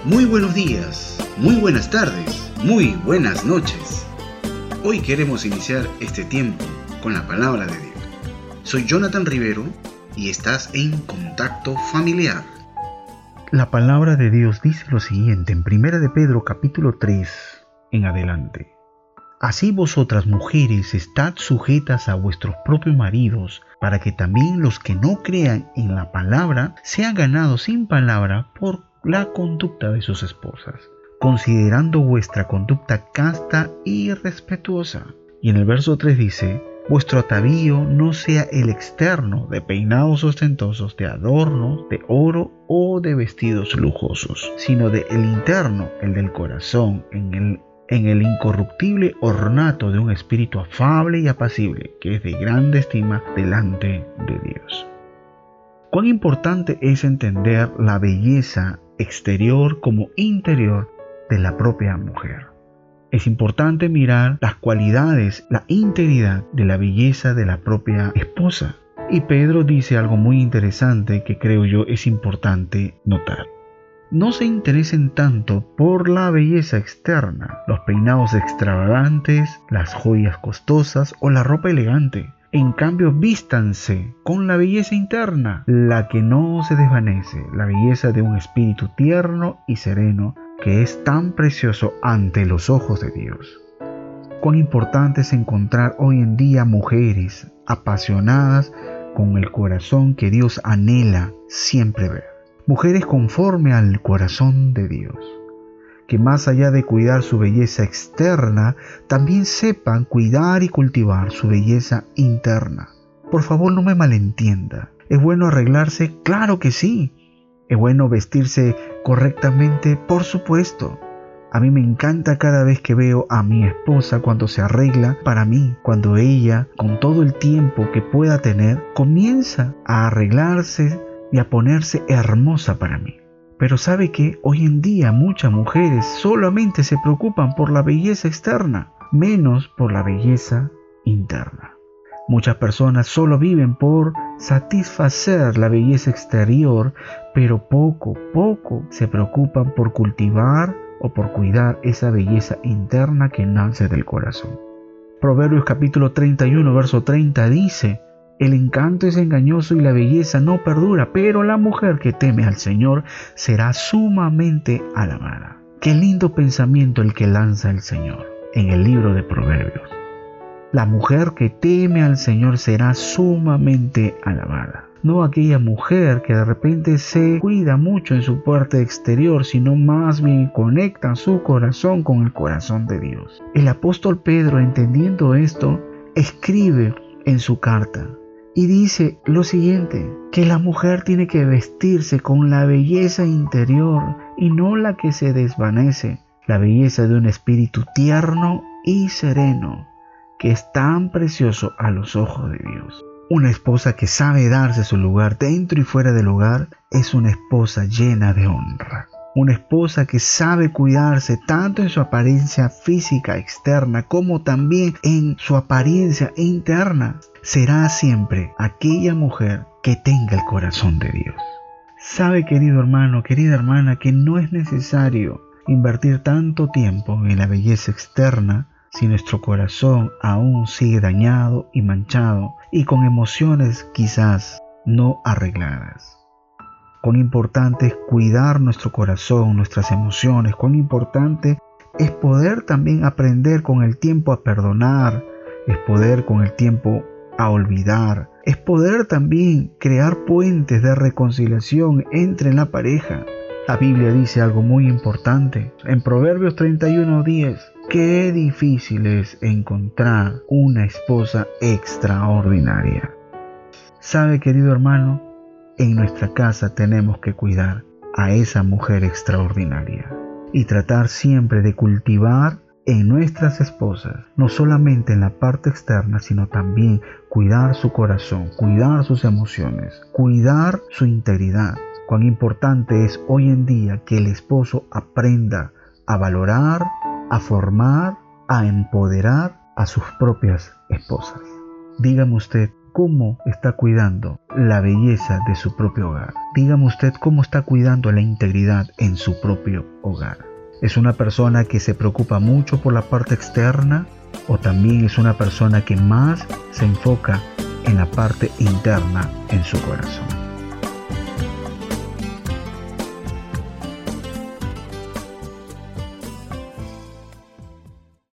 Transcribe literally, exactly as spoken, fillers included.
Muy buenos días, muy buenas tardes, muy buenas noches. Hoy queremos iniciar este tiempo con la palabra de Dios. Soy Jonathan Rivero y estás en Contacto Familiar. La palabra de Dios dice lo siguiente en Primera de Pedro capítulo tres en adelante. Así vosotras mujeres estad sujetas a vuestros propios maridos, para que también los que no crean en la palabra sean ganados sin palabra por la conducta de sus esposas, considerando vuestra conducta casta y respetuosa. Y en el verso tres dice: vuestro atavío no sea el externo de peinados ostentosos, de adornos, de oro o de vestidos lujosos, sino de el interno, el del corazón, en el, en el incorruptible ornato de un espíritu afable y apacible, que es de grande estima delante de Dios. Cuán importante es entender la belleza exterior como interior de la propia mujer. Es importante mirar las cualidades, la integridad de la belleza de la propia esposa. Y Pedro dice algo muy interesante que creo yo es importante notar. No se interesen tanto por la belleza externa, los peinados extravagantes, las joyas costosas o la ropa elegante. En cambio, vístanse con la belleza interna, la que no se desvanece, la belleza de un espíritu tierno y sereno, que es tan precioso ante los ojos de Dios. Cuán importante es encontrar hoy en día mujeres apasionadas con el corazón que Dios anhela siempre ver. Mujeres conforme al corazón de Dios, que más allá de cuidar su belleza externa, también sepan cuidar y cultivar su belleza interna. Por favor, no me malentienda. ¿Es bueno arreglarse? Claro que sí. ¿Es bueno vestirse correctamente? Por supuesto. A mí me encanta cada vez que veo a mi esposa cuando se arregla para mí, cuando ella, con todo el tiempo que pueda tener, comienza a arreglarse y a ponerse hermosa para mí. Pero ¿sabe qué? Hoy en día muchas mujeres solamente se preocupan por la belleza externa, menos por la belleza interna. Muchas personas solo viven por satisfacer la belleza exterior, pero poco, poco se preocupan por cultivar o por cuidar esa belleza interna que nace del corazón. Proverbios capítulo treinta y uno, verso treinta dice: el encanto es engañoso y la belleza no perdura, pero la mujer que teme al Señor será sumamente alabada. Qué lindo pensamiento el que lanza el Señor en el libro de Proverbios. La mujer que teme al Señor será sumamente alabada. No aquella mujer que de repente se cuida mucho en su parte exterior, sino más bien conecta su corazón con el corazón de Dios. El apóstol Pedro, entendiendo esto, escribe en su carta y dice lo siguiente: que la mujer tiene que vestirse con la belleza interior y no la que se desvanece, la belleza de un espíritu tierno y sereno, que es tan precioso a los ojos de Dios. Una esposa que sabe darse su lugar dentro y fuera del hogar es una esposa llena de honra. Una esposa que sabe cuidarse tanto en su apariencia física externa como también en su apariencia interna será siempre aquella mujer que tenga el corazón de Dios. Sabe, querido hermano, querida hermana, que no es necesario invertir tanto tiempo en la belleza externa si nuestro corazón aún sigue dañado y manchado y con emociones quizás no arregladas. Cuán importante es cuidar nuestro corazón, nuestras emociones. Cuán importante es poder también aprender con el tiempo a perdonar. Es poder con el tiempo a olvidar. Es poder también crear puentes de reconciliación entre la pareja. La Biblia dice algo muy importante. En Proverbios treinta y uno diez. Qué difícil es encontrar una esposa extraordinaria. ¿Sabe, querido hermano? En nuestra casa tenemos que cuidar a esa mujer extraordinaria y tratar siempre de cultivar en nuestras esposas, no solamente en la parte externa, sino también cuidar su corazón, cuidar sus emociones, cuidar su integridad. Cuán importante es hoy en día que el esposo aprenda a valorar, a formar, a empoderar a sus propias esposas. Dígame usted, cómo está cuidando la belleza de su propio hogar. Dígame usted cómo está cuidando la integridad en su propio hogar. ¿Es una persona que se preocupa mucho por la parte externa o también es una persona que más se enfoca en la parte interna en su corazón?